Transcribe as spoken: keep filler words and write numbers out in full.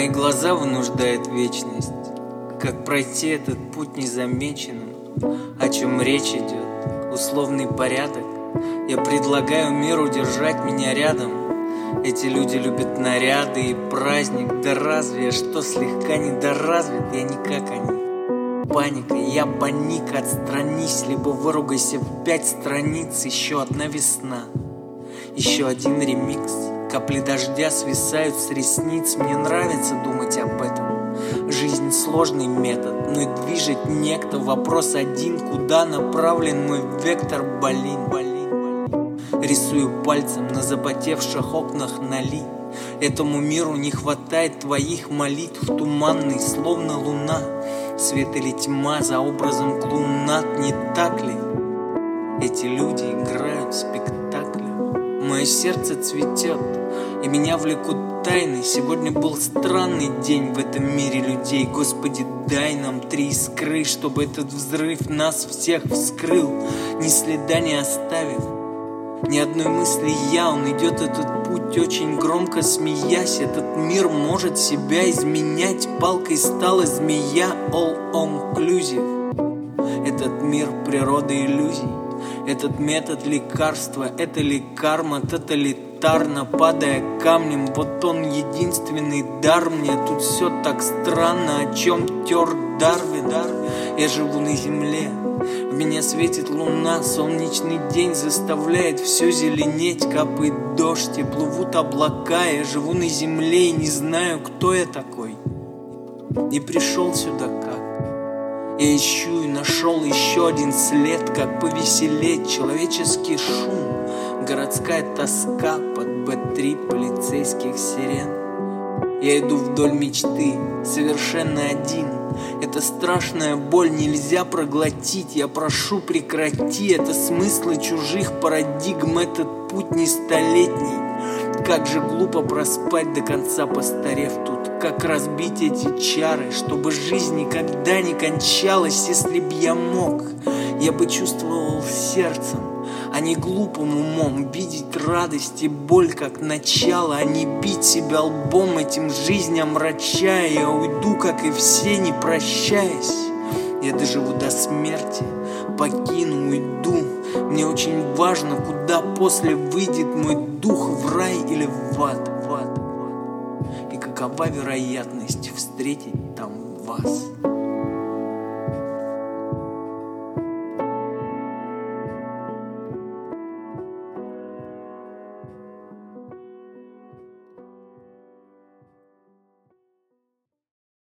Мои глаза вынуждает вечность. Как пройти этот путь незамеченным? О чем речь идет? Условный порядок. Я предлагаю миру держать меня рядом. Эти люди любят наряды и праздник. Да разве я что слегка недоразвит? Я не как они. Паника, я паник, отстранись, либо выругайся в пять страниц. Еще одна весна, еще один ремикс. Капли дождя свисают с ресниц. Мне нравится думать об этом. Жизнь сложный метод, но и движет некто. Вопрос один: куда направлен мой вектор? Блин, блин, блин. Рисую пальцем на запотевших окнах нали. Этому миру не хватает твоих молитв. Туманный, словно луна. Свет или тьма за образом клоунад, не так ли? Эти люди играют в спектакле. Мое сердце цветет, и меня влекут тайны. Сегодня был странный день в этом мире людей. Господи, дай нам три искры, чтобы этот взрыв нас всех вскрыл, ни следа не оставив, ни одной мысли я. Он идет этот путь очень громко смеясь. Этот мир может себя изменять. Палкой стала змея, all inclusive. Этот мир природы иллюзий. Этот метод лекарства, это ли карма тоталитарно, падая камнем. Вот он единственный дар мне. Тут все так странно, о чем тер Дарвин. Я живу на земле, в меня светит луна. Солнечный день заставляет все зеленеть. Капает дождь и плывут облака. Я живу на земле и не знаю, кто я такой. И пришел сюда как? Я ищу и нашел еще один след. Как повеселеть? Человеческий шум, городская тоска под бэ три полицейских сирен. Я иду вдоль мечты, совершенно один. Это страшная боль нельзя проглотить. Я прошу, прекрати. Это смыслы чужих парадигм. Этот путь не столетний. Как же глупо проспать до конца, постарев тут. Как разбить эти чары, чтобы жизнь никогда не кончалась. Если б я мог, я бы чувствовал сердцем, а не глупым умом. Видеть радость и боль как начало, а не бить себя лбом этим жизнь омрачая. Я уйду, как и все, не прощаясь. Я доживу до смерти, покину, уйду. Мне очень важно, куда после выйдет мой дух, в рай или в ад, в ад, в ад. И какова вероятность встретить там вас?